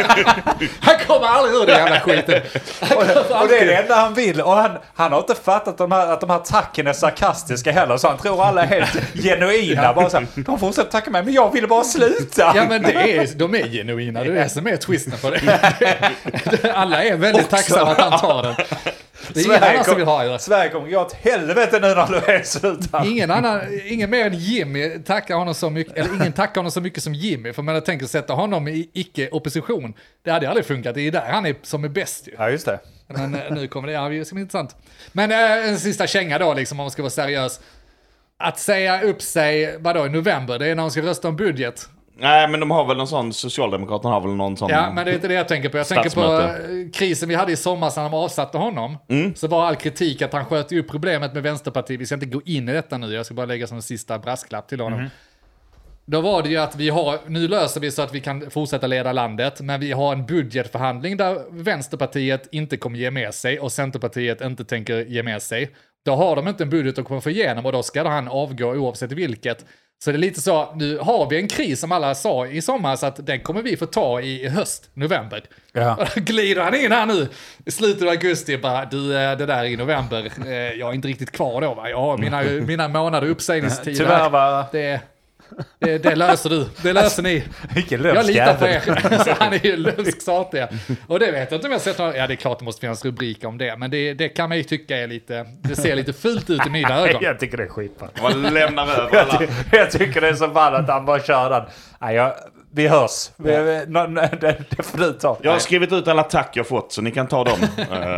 Han kommer aldrig ur det jävla skiten. Och, och det är det enda han vill. Och han, han har inte fattat att de här, att de här tacken är sarkastiska heller. Så han tror alla är helt genuina. Ja. Bara så här, de fortsätter tacka mig, men jag vill bara sluta. Ja men det är, de är genuina, det är det som är twisten på det. Alla är väldigt tacksamma att han tar den. Det är ingen annan som vill ha det. Sverige kommer gå åt helvete nu när Löfven slutar. Ingen annan, ingen mer än Jimmy tackar honom så mycket, eller ingen tackar honom så mycket som Jimmy. För man har tänkt att sätta honom i icke-opposition. Det hade aldrig funkat, det är där han är som är bäst ju. Ja just det. Men nu kommer det, ja det ska bli intressant. Men äh, en sista känga då liksom om man ska vara seriös. Att säga upp sig, vadå i november, det är när man ska rösta om budget. Nej, men de har väl någon sån, Socialdemokraterna har väl någon sån... Ja, men det är inte det jag tänker på. Jag tänker på krisen vi hade i sommar när de avsatte honom. Mm. Så var all kritik att han sköt upp problemet med Vänsterpartiet. Vi ska inte gå in i detta nu, jag ska bara lägga som en sista brasklapp till honom. Mm. Då var det ju att vi har, nu löser vi så att vi kan fortsätta leda landet, men vi har en budgetförhandling där Vänsterpartiet inte kommer ge med sig och Centerpartiet inte tänker ge med sig. Då har de inte en budget att komma få igenom och då ska han avgå oavsett vilket. Så det är lite så, nu har vi en kris som alla sa i sommar så att den kommer vi få ta i höst, november. Ja. Och då glider han in här nu i slutet av augusti bara, du det där i november, jag är inte riktigt kvar då va? Ja, mina, mina månader uppsägningstid. Tyvärr va? Det, det, det löser du, det löser ni. Vilken jag litar på er. Så han är ju lömsk satiga. Och det vet jag inte om jag sett några, ja det är klart det måste finnas rubriker om det, men det, det kan man ju tycka är lite, det ser lite fult ut i mina ögon. Jag tycker det är skitbart. Man lämnar över alla. Jag, ty- jag tycker det är så fall att han bara kör den. Nej, jag, vi hörs. Vi, vi, no, no, det, det får du ta. Jag har skrivit ut alla tack jag fått så ni kan ta dem.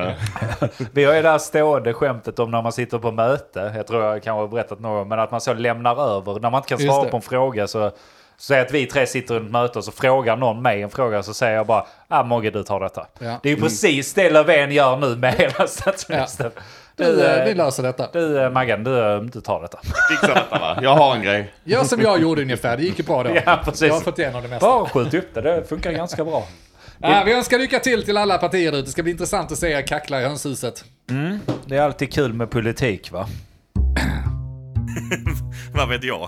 Vi har ju det här stående skämtet om när man sitter på möte. Jag tror jag kan ha berättat något, men att man så lämnar över. När man inte kan svara på en fråga så säger att vi tre sitter i ett möte och så frågar någon mig en fråga så säger jag bara, ah Mogge du tar detta. Ja. Det är ju mm. precis det Löfven gör nu med hela statsministern. Ja. Du, du, vi löser detta. Du, Maggan, du, du tar detta. Fixa detta va? Jag har en grej. Ja, som jag gjorde ungefär. Det gick ju bra då. Ja, precis. Jag har fått igenom det mesta. Bara skjut upp det. Det funkar ganska bra. Ja, vi önskar lycka till till alla partier ute. Det ska bli intressant att se er kackla i hönshuset. Mm. Det är alltid kul med politik, va? Vad vet jag?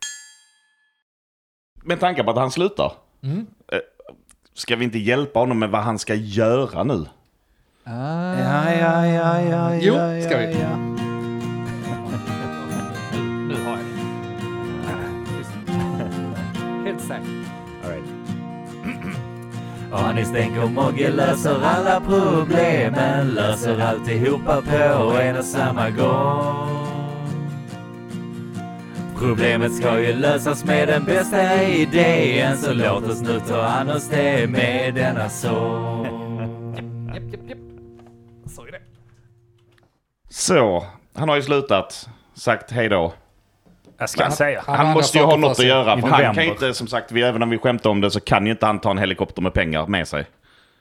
Med tanke på att han slutar. Mm. Ska vi inte hjälpa honom med vad han ska göra nu? Ah. Ja, ja, ja, ja, jo, ja, ska vi. Ja, ja. Nu har jag det. Helt säkert. All right. Anis tänker Mogge löser alla problemen, löser alltihopa på en och samma gång. Problemet ska ju lösas med den bästa idén, så låt oss nu ta an oss det med denna sång. Japp, japp, japp. Så är det. Så, han har ju slutat. Sagt hej då. Jag ska han, säga. Han, han måste ju ha något att göra. För han kan ju inte, som sagt, vi, även om vi skämtar om det så kan ju inte han ta en helikopter med pengar med sig.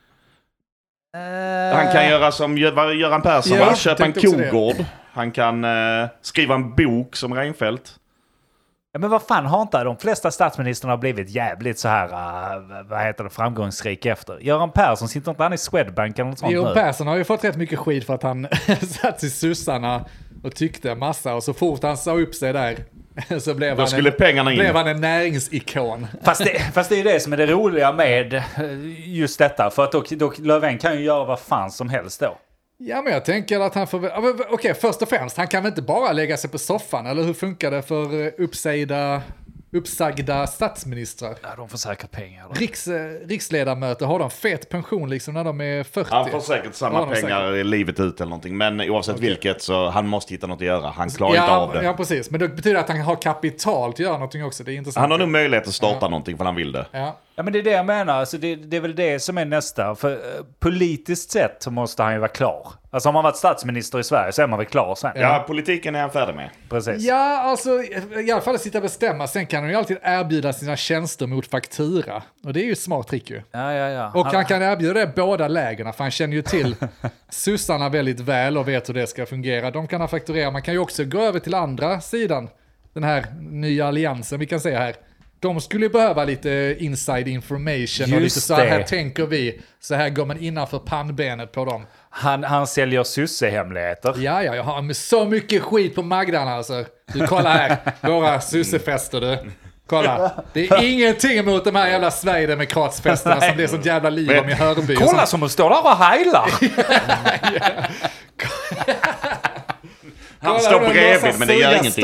Uh... Han kan göra som Göran Persson, ja, köpa en kogård. Han kan uh, skriva en bok som Reinfeldt. Ja, men vad fan har inte de flesta statsministrarna har blivit jävligt så här uh, vad heter det, framgångsrik efter? Göran Persson sitter inte han i Swedbank eller något sånt. Göran Persson har ju fått rätt mycket skit för att han satt i sussarna och tyckte massa och så fort han sa upp sig där så blev, han skulle en, pengarna in. blev han en näringsikon. Fast det, fast det är ju det som är det roliga med just detta. För att då, då, Löfven kan ju göra vad fan som helst då. Ja, men jag tänker att han får... Okej, okay, först och främst, han kan väl inte bara lägga sig på soffan, eller hur funkar det för uppsagda, uppsagda statsministrar? Ja, de får säkert pengar. Riks, riksledamöter, har de fet pension liksom när de är fyrtio? Han får säkert samma pengar säkert. livet ut eller någonting, men oavsett okay. vilket så han måste hitta något att göra. Han klarar ja, inte av det. Ja, precis. Men det betyder att han har kapital att göra någonting också. Det är intressant. Han har nog möjlighet att starta ja. någonting för han vill det. Ja. Ja, men det är det jag menar. Alltså, det, det är väl det som är nästa. För uh, politiskt sett så måste han ju vara klar. Alltså om man varit statsminister i Sverige så är man väl klar sen. Ja, politiken är han färdig med. Precis. Ja, alltså i alla fall att sitta och bestämma. Sen kan han ju alltid erbjuda sina tjänster mot faktura. Och det är ju ett smart trick ju. Ja, ja, ja. Och han kan erbjuda det båda lägena, för han känner ju till sussarna väldigt väl och vet hur det ska fungera. De kan ha fakturera. Man kan ju också gå över till andra sidan, den här nya alliansen vi kan se här. De skulle ju behöva lite inside information. Just och lite så här, här tänker vi, så här går man innanför pannbenet på dem. Han, han säljer sussehemligheter. Ja, ja, jag har så mycket skit på Magdan alltså. Du, kolla här, våra sussefester du. Kolla, det är ingenting emot de här jävla Sverigedemokratsfesterna som det är sånt jävla liv om i Hörby. Kolla som hon står där och heilar! Han står bredvid, men det gör ingenting.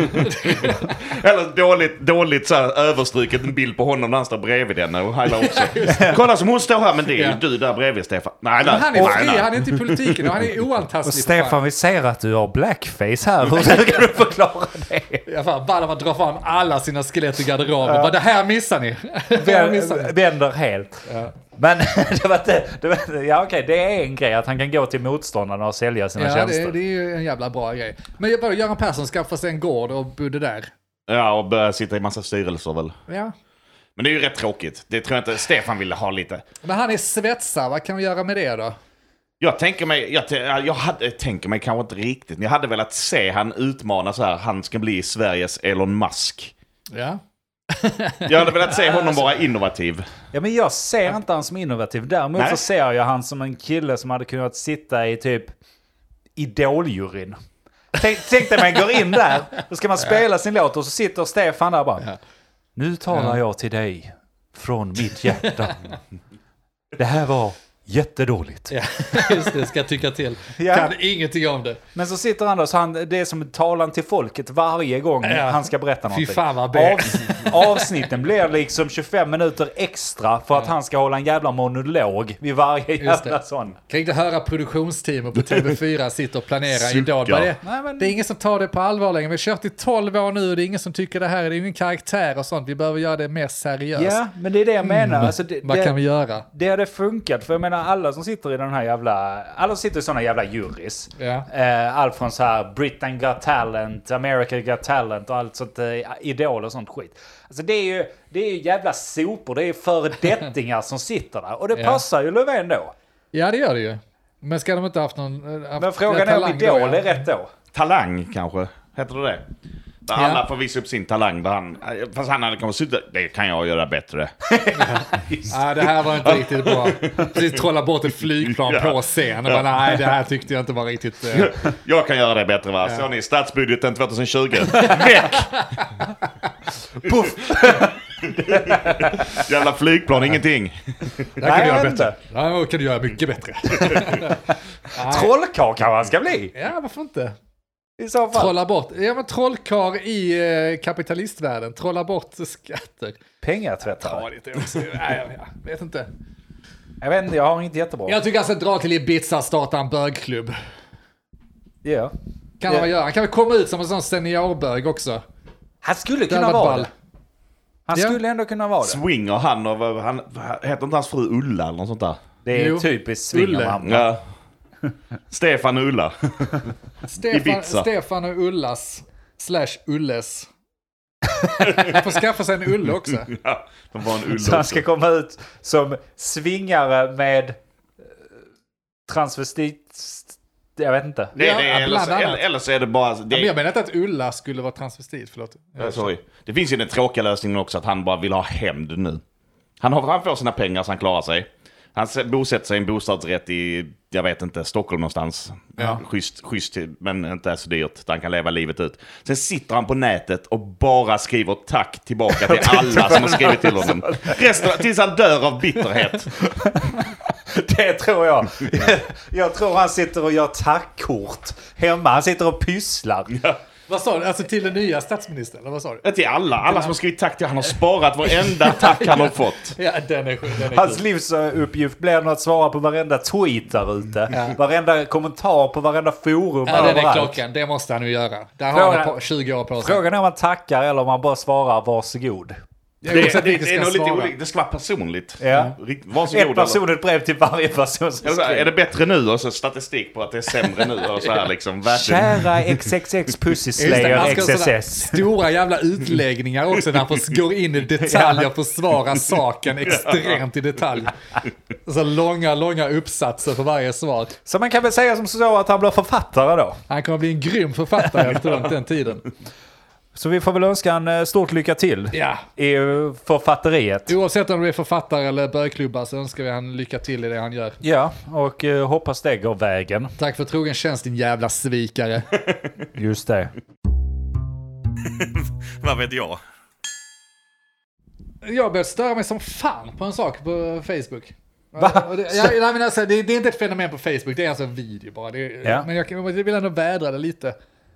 Eller dåligt, dåligt så här, överstruket en bild på honom när han står bredvid den och heilar också. Kolla som hon står här, men det är ju ja. du där bredvid, Stefan. Nej, nej, han är nej, fri, nej. han är inte i politiken och han är oantastlig. Och Stefan, vi ser att du har blackface här. Hur kan du förklara det? Ja, fan, bara man drar fram alla sina skelett i garderoben. Ja. Vad det här missar ni? Vänder, vänder helt. Ja. Men det var inte, det var, ja okej, det är en grej att han kan gå till motståndarna och sälja sina ja, tjänster. Ja, det, det är ju en jävla bra grej. Men jag Göran Persson skaffade sig en gård och bodde där. Ja, och började sitta i massa styrelser väl. Ja. Men det är ju rätt tråkigt. Det tror jag inte Stefan ville ha lite. Men han är svetsare, vad kan vi göra med det då? Jag tänker mig, jag, jag hade, tänker mig kanske inte riktigt, men jag hade velat se han utmana så här, han ska bli Sveriges Elon Musk. Ja. Jag hade velat se honom vara innovativ. Ja, men jag ser inte han som innovativ. Däremot så ser jag han som en kille som hade kunnat sitta i typ Idoljuryn. Tänk, tänk dig man går in där, då ska man spela sin låt och så sitter Stefan där bara. Nu talar jag till dig från mitt hjärta. Det här var jättedåligt. Ja, just det, ska jag tycka till. Ja. Kan ingenting om det. Men så sitter han då, så han, det är som talan till folket varje gång ja. han ska berätta någonting. Fy fan vad Av, avsnitten blir liksom tjugofem minuter extra för att ja. han ska hålla en jävla monolog vid varje jävla sån. Kan inte höra produktionsteamet på T V fyra sitta och planera idag. Det, Nej, men... det är ingen som tar det på allvar längre. Vi har kört i tolv år nu och det är ingen som tycker det här är ingen karaktär och sånt. Vi behöver göra det mer seriöst. Ja, men det är det jag menar. Mm. Alltså det, vad det, kan vi göra? Det hade funkat, för jag menar alla som sitter i den här jävla, alla sitter i såna jävla jurys. Ja. Eh, allt från så här Britain Got Talent, America Got Talent och allt sånt, eh, Idol och sånt skit. Alltså det är ju, det är ju jävla sopor, det är föredettingar som sitter där. Och det ja. passar ju Löfven då. Ja, det gör det ju. Men ska de inte haft någon... Haft Men frågan är om Idol då, är rätt då. Talang kanske, heter det det? Där ja. alla får visa upp sin talang. Där han, fast han hade kommit sitta, det kan jag göra bättre. Ja, ah, det här var inte riktigt bra. Precis trolla bort ett flygplan ja. på scen. Ja. Men, nej, det här tyckte jag inte var riktigt... Uh... Jag kan göra det bättre, va? Ja. Så ni statsbudgeten tjugo tjugo. Väck! Puff! Jävla flygplan, ingenting. Det här kan du göra bättre. Ja, det kan du göra mycket bättre. Trollkarl kan man ska bli. Ja, varför inte? I så fall. Trolla bort. Ja, men trollkarl i eh, kapitalistvärlden. Trolla bort skatter. Pengatvättare. Ja, det är också. Nej, jag vet inte. Jag vet inte, jag har inte jättebra. Jag tycker alltså dra till Ibiza, starta en bögklubb. Ja. Yeah. Kan yeah. man göra. Han kan väl komma ut som en sån seniorbög också. Han skulle kunna vara det. Han ja. skulle ändå kunna vara det. Swinger han och han, heter inte hans fru Ulla eller något sånt där? Det är jo. typiskt swinger. Ja. Stefan och Ulla. Stefan, Stefan och Ullas slash Ulles. Han får skaffa sig en Ulle också. Ja, de var en Ulle så han ska komma ut som svingare med transvestit. Jag vet inte. Det, ja, det är, eller, så, eller, eller så är det bara... Det, ja, jag menar inte att Ulla skulle vara transvestit, förlåt. Ja, sorry. Det finns ju den tråkiga lösningen också att han bara vill ha hämnd nu. Han, har, han får sina pengar så han klarar sig. Han bosätter sig i en bostadsrätt i, jag vet inte, Stockholm någonstans. Ja. Schysst, schysst, men inte så dyrt. Där han kan leva livet ut. Sen sitter han på nätet och bara skriver tack tillbaka till alla som har skrivit till honom. Resten, tills han dör av bitterhet. Det tror jag. Jag tror han sitter och gör tackkort hemma. Han sitter och pysslar. Ja. Vad sa du? Alltså till den nya statsministern? Eller vad sa du? Till alla. Alla som har skrivit tack till han har sparat varenda tack han har fått. Ja, den är, den är Hans cool. livsuppgift blir nog att svara på varenda tweet där ute. Ja. Varenda kommentar på varenda forum. Ja, den är klockan. Det måste han ju göra. Där har han på tjugo år på sig. Frågan är om man tackar eller om man bara svarar varsågod. Jag Det, vill också att det, Micke det är ska nog lite svara. olika. Det ska vara personligt. Ja. Rikt- Varsågod. Ett personligt brev till varje person som Eller så här, är skriver. det bättre nu och så statistik på att det är sämre nu och så här liksom. Verkligen. Kära X X X Pussy Just det, Slayer han ska ha sådana X S S. stora jävla utläggningar också när han får gå in i detaljer och försvara saken extremt i detalj. Så långa, långa uppsatser för varje svar. Så man kan väl säga som så att han blir författare då. Han kommer bli en grym författare efter den, den tiden. Så vi får väl önska en eh, stort lycka till Ja. i eh, författeriet. Oavsett om du är författare eller bögklubbar så önskar vi han lycka till i det han gör. Ja, och eh, hoppas det går vägen. Tack för trogen tjänst din jävla svikare. Just det. Vad vet jag? Jag började störa mig som fan på en sak på Facebook. Va? Och det, jag, jag menar, alltså, det, det är inte ett fenomen på Facebook, det är alltså en video bara. Det, Ja. Men jag, kan- jag vill ändå vädra det lite.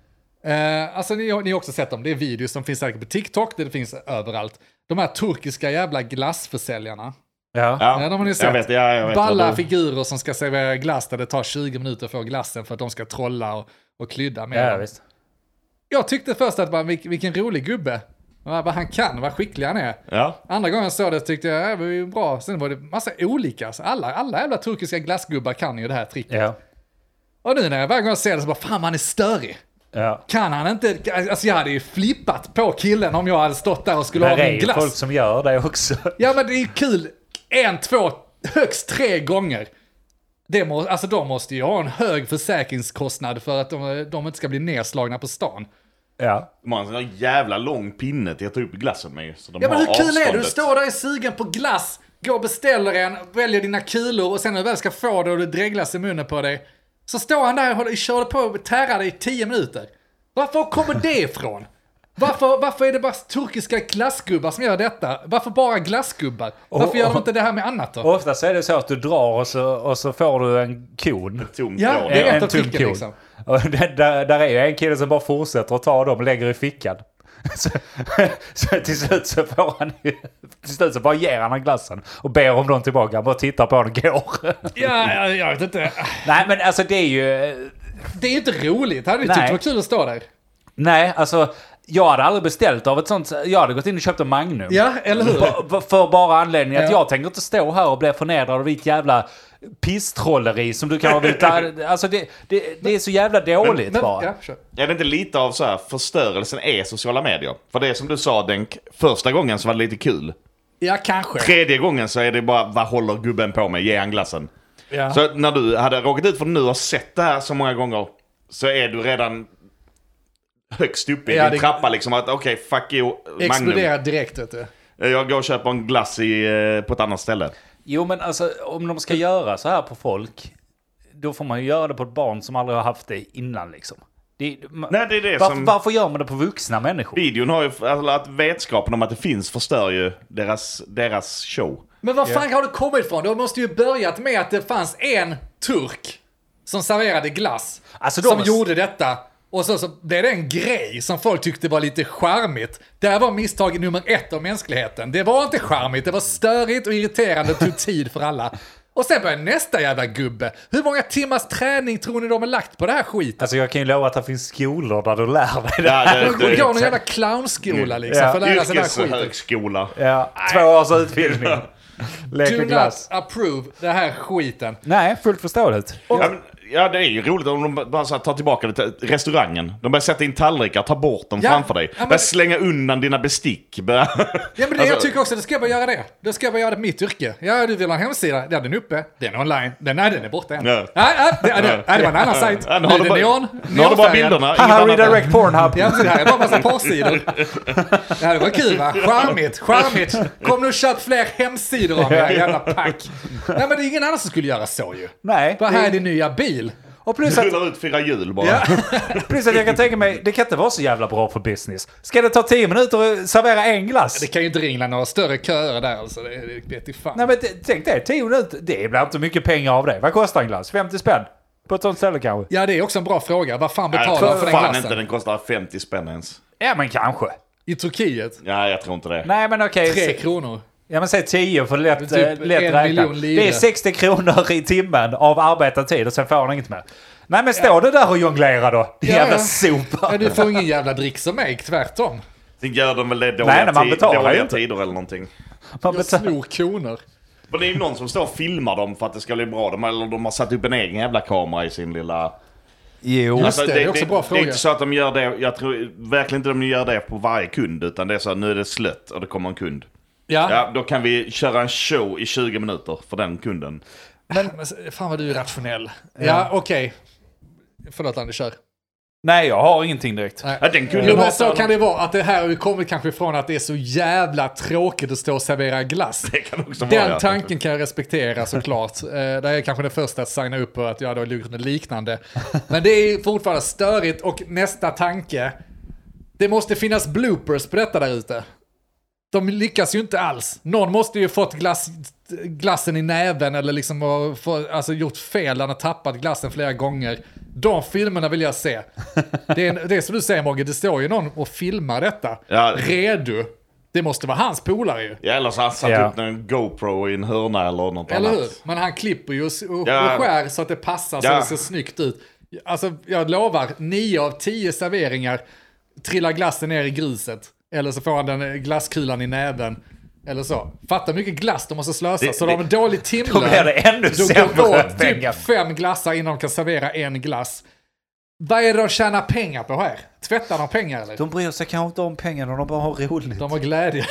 Uh, alltså ni, har- ni har också sett dem, det är videos som finns säkert på TikTok, det finns överallt. De här turkiska jävla glassförsäljarna. Ja. Ja, Ja, de har ni sett. jag vet, ja, jag vet Balla vad du- figurer som ska servera glass där det tar tjugo minuter för glassen för att de ska trolla och, och klydda med Ja, dem. visst. Jag tyckte först att bara, vilken, vilken rolig gubbe. Vad han kan, vad skicklig han är. Ja. Andra gången jag såg det tyckte jag det var ju bra. Sen var det massa olika. Så alla, alla jävla turkiska glassgubbar kan ju det här tricket. Ja. Och nu när jag varje gång jag ser det så bara, fan han är störig. Ja. Kan han inte, alltså jag hade ju flippat på killen om jag hade stått där och skulle ha Det är min ju glass. folk som gör det också. Ja men det är ju kul, en, två, högst tre gånger. Det må, alltså de måste ju ha en hög försäkringskostnad för att de, de inte ska bli nedslagna på stan. Ja. De har en sån här jävla lång pinne till att ta upp glassen med. Så de Ja men har hur kul är det? Du avståndet. står där i sugen på glass, går och beställer en, väljer dina kulor och sen när du väl ska få det och det dreglas i munnen på dig. Så står han där och håller- körde på och tärrar dig i tio minuter. Varför kommer det ifrån? Varför, varför är det bara turkiska glassgubbar som gör detta? Varför bara glassgubbar? Varför Och- gör de och- inte det här med annat då? Ofta så är det så att du drar och så, och så får du en kon. Tom Ja, tråd. det är En ett av tom tricken kon. liksom. Och det, där, där är ju en kille som bara fortsätter att ta dem och lägger i fickan. Så, så till slut så får han ju, till slut så bara ger han han glassen och ber om dem tillbaka. Han bara tittar på den och går. Ja, jag, jag vet inte. Nej men alltså det är ju... Det är ju inte roligt. Det hade vi Nej. tyckt var kul att stå där. Nej alltså jag hade aldrig beställt av ett sånt. Jag hade gått in och köpt en Magnum. Ja, eller hur? För, för bara anledningen att Ja. jag tänker inte stå här och bli förnedrad av ditt jävla pisstrolleri som du kan ha blivit... Alltså det, det, det är så jävla dåligt Men, bara. ja, kör. Är det inte lite av så här förstörelsen är sociala medier? För det är som du sa, den k- första gången så var det lite kul. Ja, kanske. Tredje gången så är det bara, vad håller gubben på med? Ge han glassen. Ja. Så när du hade råkat ut för nu och sett det här så många gånger så är du redan högst upp i Ja, din det- trappa liksom att okej, okay, fuck you, Magnum. Exploderar direkt, vet du. Jag går och köper en glass i, eh, på ett annat ställe. Jo men alltså om de ska göra så här på folk, då får man ju göra det på ett barn som aldrig har haft det innan liksom. Det, man, Nej, det är det varför, som... varför gör man det på vuxna människor? Videon har ju, alltså att vetskapen om att det finns förstör ju deras, deras show. Men vad fan har det kommit ifrån? Det måste ju börjat med att det fanns en turk som serverade glass. Alltså, de- som gjorde detta. Och så, så blev det en grej som folk tyckte var lite charmigt. Det här var misstag nummer ett av mänskligheten. Det var inte charmigt, det var störigt och irriterande och tog tid för alla. Och sen började nästa jävla gubbe. Hur många timmars träning tror ni de har lagt på det här skiten? Alltså jag kan ju lova att det finns skolor där du lär dig det. Ja, det, De går det, någon jävla clownskola liksom Ja. för att lära sig den här skiten. Yrkeshögskola. Ja, två års utbildning. Leker Do glass. not approve det här skiten. Nej, fullt förståeligt. Ja, men, ja, det är ju roligt om de bara så här tar tillbaka det till restaurangen. De börjar sätta in tallrikar, ta bort dem Ja, framför dig. ja, men- Börjar slänga undan dina bestick. Börjar... Ja men det, Alltså- jag tycker också att det ska bara göra det. Det ska bara göra det på mitt yrke. Ja, du vill ha en hemsida. Ja, den är uppe. Den är online. Den, nej, den är borta än. Ja. Nej, nej, det, det, nej, det var en annan sajt. Ja, nu Nu har är du det bara, neon. nu har du bara neonfärgad. bilderna. inget Haha, annat. redirect Pornhub. Ja, så det här är bara en massa porrsidor. Ja, det var kul va? Charmigt, charmigt. Kom nu och köp fler hemsidor av er jävla pack. Nej, men det är ingen annan som skulle göra så ju. Nej. Bara här är din nya bil. Och plus att, Rullar ut fyra hjul bara. Ja. plus att jag kan tänka mig, det kan inte vara så jävla bra för business. Ska det ta tio minuter att servera en glass? Det kan ju inte ringla några större köer där alltså. Det, det vet i fan. Nej men t- tänk det, tio minuter, det blir inte mycket pengar av det. Vad kostar en glass? femtio spänn? På ett sånt ställe kanske? Ja, det är också en bra fråga. Vad fan Nej, jag betalar tror man för den fan glassen? inte den kostar femtio spänn ens. Ja men kanske. I Turkiet? Ja, jag tror inte det. Nej men okej. Tre se- kronor. Ja men säg tio för lätt, Typ eh, lätt en räknat. miljon lire. Det är sextio kronor i timmen av arbetad tid och sen får han inget mer. Nej men stå det där och jonglera då. Din Ja, jävla ja. sopa. Ja, du får ingen jävla drick som mig, tvärtom. Sen gör de väl det dåliga, Nej, nej, man betalar tid, dåliga inte. tider eller någonting. Man Jag betal- snor koner. Men det är ju någon som står och filmar dem för att det ska bli bra. De, eller de har satt upp en egen jävla kamera i sin lilla... Jo. Just det, det är också en bra det fråga. är inte så att de gör det, jag tror verkligen inte de gör det på varje kund, utan det är så att nu är det slött och det kommer en kund. Ja, Ja, då kan vi köra en show i tjugo minuter för den kunden. men, men fan vad du är rationell. Ja, okej. Förlåt Andy, kör. Nej, jag har ingenting direkt. Nej. Ja, den kunden Jo, har men så så kan det vara att det här har ju kommit kanske ifrån att det är så jävla tråkigt att stå och servera glass. Det kan också vara, Den ja. tanken kan jag respektera såklart. Eh, det är kanske den första att signa upp på att jag har gjort något liknande. Men det är fortfarande störigt och nästa tanke. Det måste finnas bloopers på detta där ute. De lyckas ju inte alls. Någon måste ju fått glass, glassen i näven eller liksom har få, alltså gjort fel. Han har tappat glassen flera gånger. De filmerna vill jag se. Det är, det är som du säger Mogge, det står ju någon och filmar detta. Ja. Redo. Det måste vara hans polare ju. Ja, eller så har han satt Ja. upp en GoPro i en hörna eller något Eller annat. hur? Men han klipper ju och, och, Ja. och skär så att det passar så Ja. det ser snyggt ut. Alltså jag lovar, nio av tio serveringar trillar glassen ner i gruset. Eller så får han den glasskulan i näven. Eller så. Fatta mycket glass de måste slösa. Det- så de har en dålig timlön. Då blir det ännu Då går sämre åt pengar. typ fem glassar innan de kan servera en glass. Vad är det de tjänar pengar på här? Tvättar de pengar eller? De bryr sig kanske inte om pengarna, de bara har roligt. De har glädje.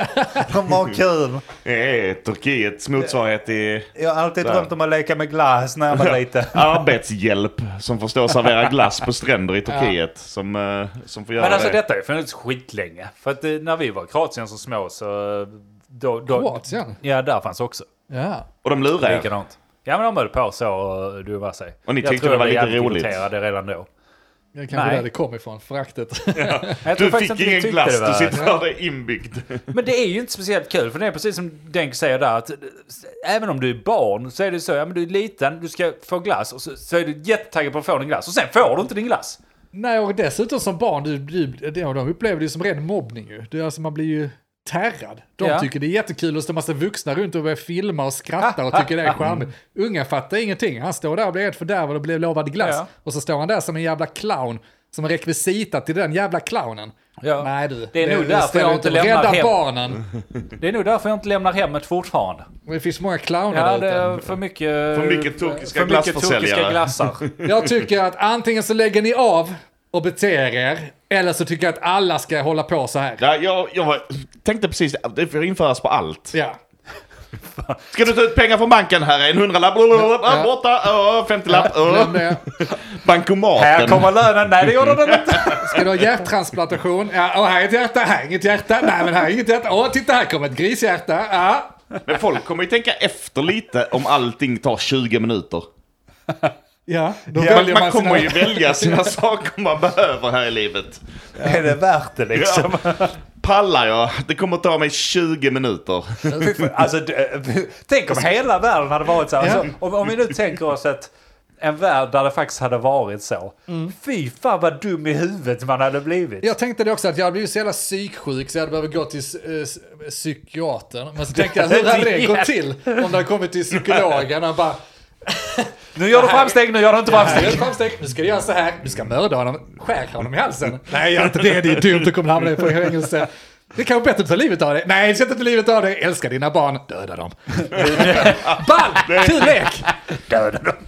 De har kul. Det är Turkiets motsvarighet till Jag har alltid Där. drömt om att leka med glass när jag var liten. arbetshjälp som får stå och servera glass på stränder i Turkiet. Som, eh, som får göra Men alltså det. detta har ju funnits skitlänge. För att eh, när vi var i Kroatien så små så... Då, då, Kroatien? Ja, där fanns också. Ja. Och de lurar er. Likadant. Ja, men de höll på så och du var sig. Och ni jag tyckte tror det var jag blev lite roligt. irriterade redan då. Det är kanske Nej. där det kom ifrån, föraktet. Jag tror Du faktiskt fick inte vi ingen tyckte glass, det var- du sitter där, det är inbyggt. Men det är ju inte speciellt kul, för det är precis som Denk säger där, att även om du är barn så är det så, ja men du är liten, du ska få glass och så, så är du jättetaggad på att få din glass och sen får du inte din glass. Nej, och dessutom som barn, du, du, det, de upplever det som ren mobbning ju. Det är alltså, man blir ju terrad. De Ja. tycker det är jättekul och så massa vuxna runt och börjar filma och skratta och tycker det är charmigt. Ungen fattar ingenting. Han står där och blir helt fördärvad och blir lovad glass. Ja. Och så står han där som en jävla clown. Som en rekvisita till den jävla clownen. Ja. Nej du. Det är nog därför ställer jag inte upp. lämnar Rädda hem. barnen. Det är nog därför jag inte lämnar hemmet fortfarande. Och det finns många clowner Ja, där det är ute. för mycket... För mycket turkiska för mycket glassförsäljare. turkiska glassar. Jag tycker att antingen så lägger ni av och beter er. Eller så tycker jag att alla ska hålla på så här. Ja, jag, jag var, tänkte precis, det får införas på allt. Ja. Ska du ta ut pengar från banken? Här är en hundralapp, blablabla, Ja. borta, åh, femtiolapp, Ja, åh. glöm det. Bankomaten. Här kommer lönen. Nej, det gjorde den inte. Ska du ha hjärttransplantation? Ja, och här är ett hjärta, här är inget hjärta. Nej, men här är inget hjärta. Åh, titta här kommer ett grishjärta. Ja. Men folk kommer ju tänka efter lite om allting tar tjugo minuter. Ja, då Ja, väljer man, man, kommer sina... ju välja sina saker man behöver här i livet. Är det värt det liksom? Ja. Pallar jag? Det kommer ta mig tjugo minuter. Alltså, det- tänk om hela världen hade varit så här. Ja. Alltså, om, om vi nu tänker oss ett, en värld där det faktiskt hade varit så. Fy fan vad dum i huvudet man hade blivit. Jag tänkte det också att jag hade blivit så jävla psyksjuk så jag hade behövt gå till äh, psykiatern. Men så tänkte jag, hur hade det gått till om det hade kommit till psykologen och bara... Nu gör du framsteg, nu gör du inte Här är framsteg. ett framsteg. Nu ska du göra så här. Du ska mörda honom. Skär honom i halsen. Nej, gör inte det. Det är dumt. Du kommer hamna i fängelse. Det är kanske bättre att ta livet av dig. Nej, sätt inte livet av dig. Älska dina barn. Döda dem. Ball! Kul lek! Döda dem.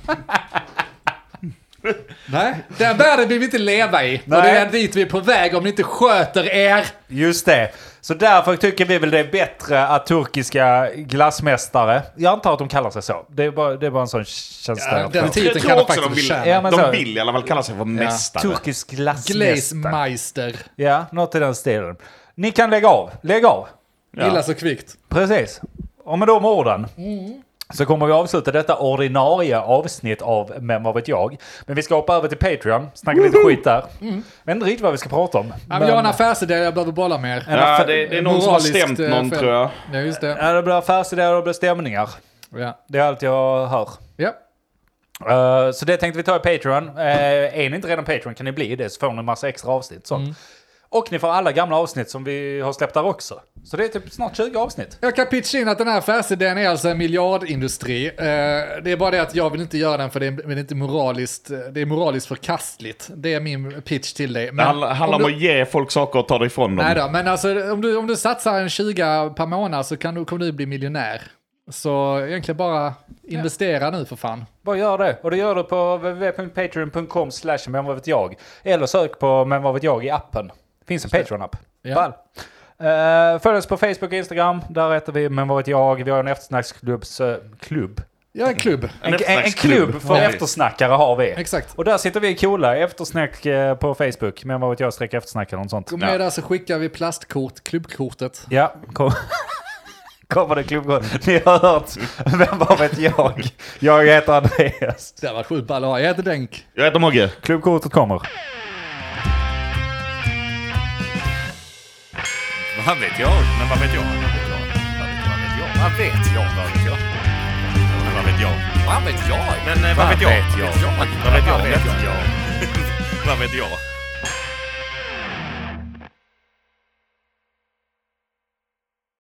Nej, den världen vill vi inte leva i. Nej. Och det är dit vi är på väg om ni inte sköter er. Just det. Så därför tycker vi väl det är bättre att turkiska glassmästare, jag antar att de kallar sig så. Det är bara, det är bara en sån känsla. Ja, jag den får. titeln Jag kan tror de också faktiskt de vill, förtjäna. Ja, men så- de vill i alla fall kalla sig för mästare. Turkisk glassmästare. Glazemeister. Ja, något i den stilen. Ni kan lägga av. Lägg av. Illa så kvickt. Precis. Och med de orden så kommer vi avsluta detta ordinarie avsnitt av Men vad vet jag. Men vi ska hoppa över till Patreon, snacka lite skit där. Jag vet inte riktigt vad vi ska prata om. Ja, men jag har en affärsidé jag behöver bolla med er. Ja, det, det är någon Moraliskt, som har stämt eh, någon fel. tror jag. Ja, just det. Ja, det blir affärsidéer och det blir stämningar. Ja. Det är allt jag hör. Ja. Uh, så det tänkte vi ta i Patreon. Uh, är ni inte redan Patreon kan ni bli det så får ni en massa extra avsnitt. Sånt. Och ni får alla gamla avsnitt som vi har släppt där också. Så det är typ snart tjugo avsnitt. Jag kan pitcha in att den här affärsidén är alltså en miljardindustri. Eh, det är bara det att jag vill inte göra den för det är, det är inte moraliskt, det är moraliskt förkastligt. Det är min pitch till dig. Men det handlar, handlar om, om du, att ge folk saker och ta det ifrån dem. Nej då, men alltså om du, om du satsar en tjugo per månad så kan du, kommer du bli miljonär. Så egentligen bara investera ja. nu för fan. Bara gör det. Och det gör du på w w w punkt patreon punkt com slash men vad vet jag. Eller sök på men vad vet jag i appen. Finns en Patreon-app. Ja. Uh, följ oss på Facebook och Instagram. Där heter vi men vad vet jag. Vi har en eftersnacksklubbs uh, klubb. Ja, en klubb. En, en, en klubb för ja. eftersnackare har vi. Exakt. Och där sitter vi coola. Eftersnack uh, på Facebook. Men vad vet jag, sträck eftersnack eller något sånt. Gå med ja. där så skickar vi plastkort, klubbkortet. Ja, kom. Kommer det klubbkort. Ni har hört. Vem vad vet jag? Jag heter Andreas. Det har varit sjukt ball. Jag heter Denk. Jag heter Mogge. Klubbkortet kommer. Vad vet jag? Men vad vet jag? Vad vet jag? Vad vet jag? Vad vet jag? Men vad vet jag? Vad vet jag? Men vad vet jag? Vad vet jag? Vad vet jag? Vad vet jag? Vad vet jag?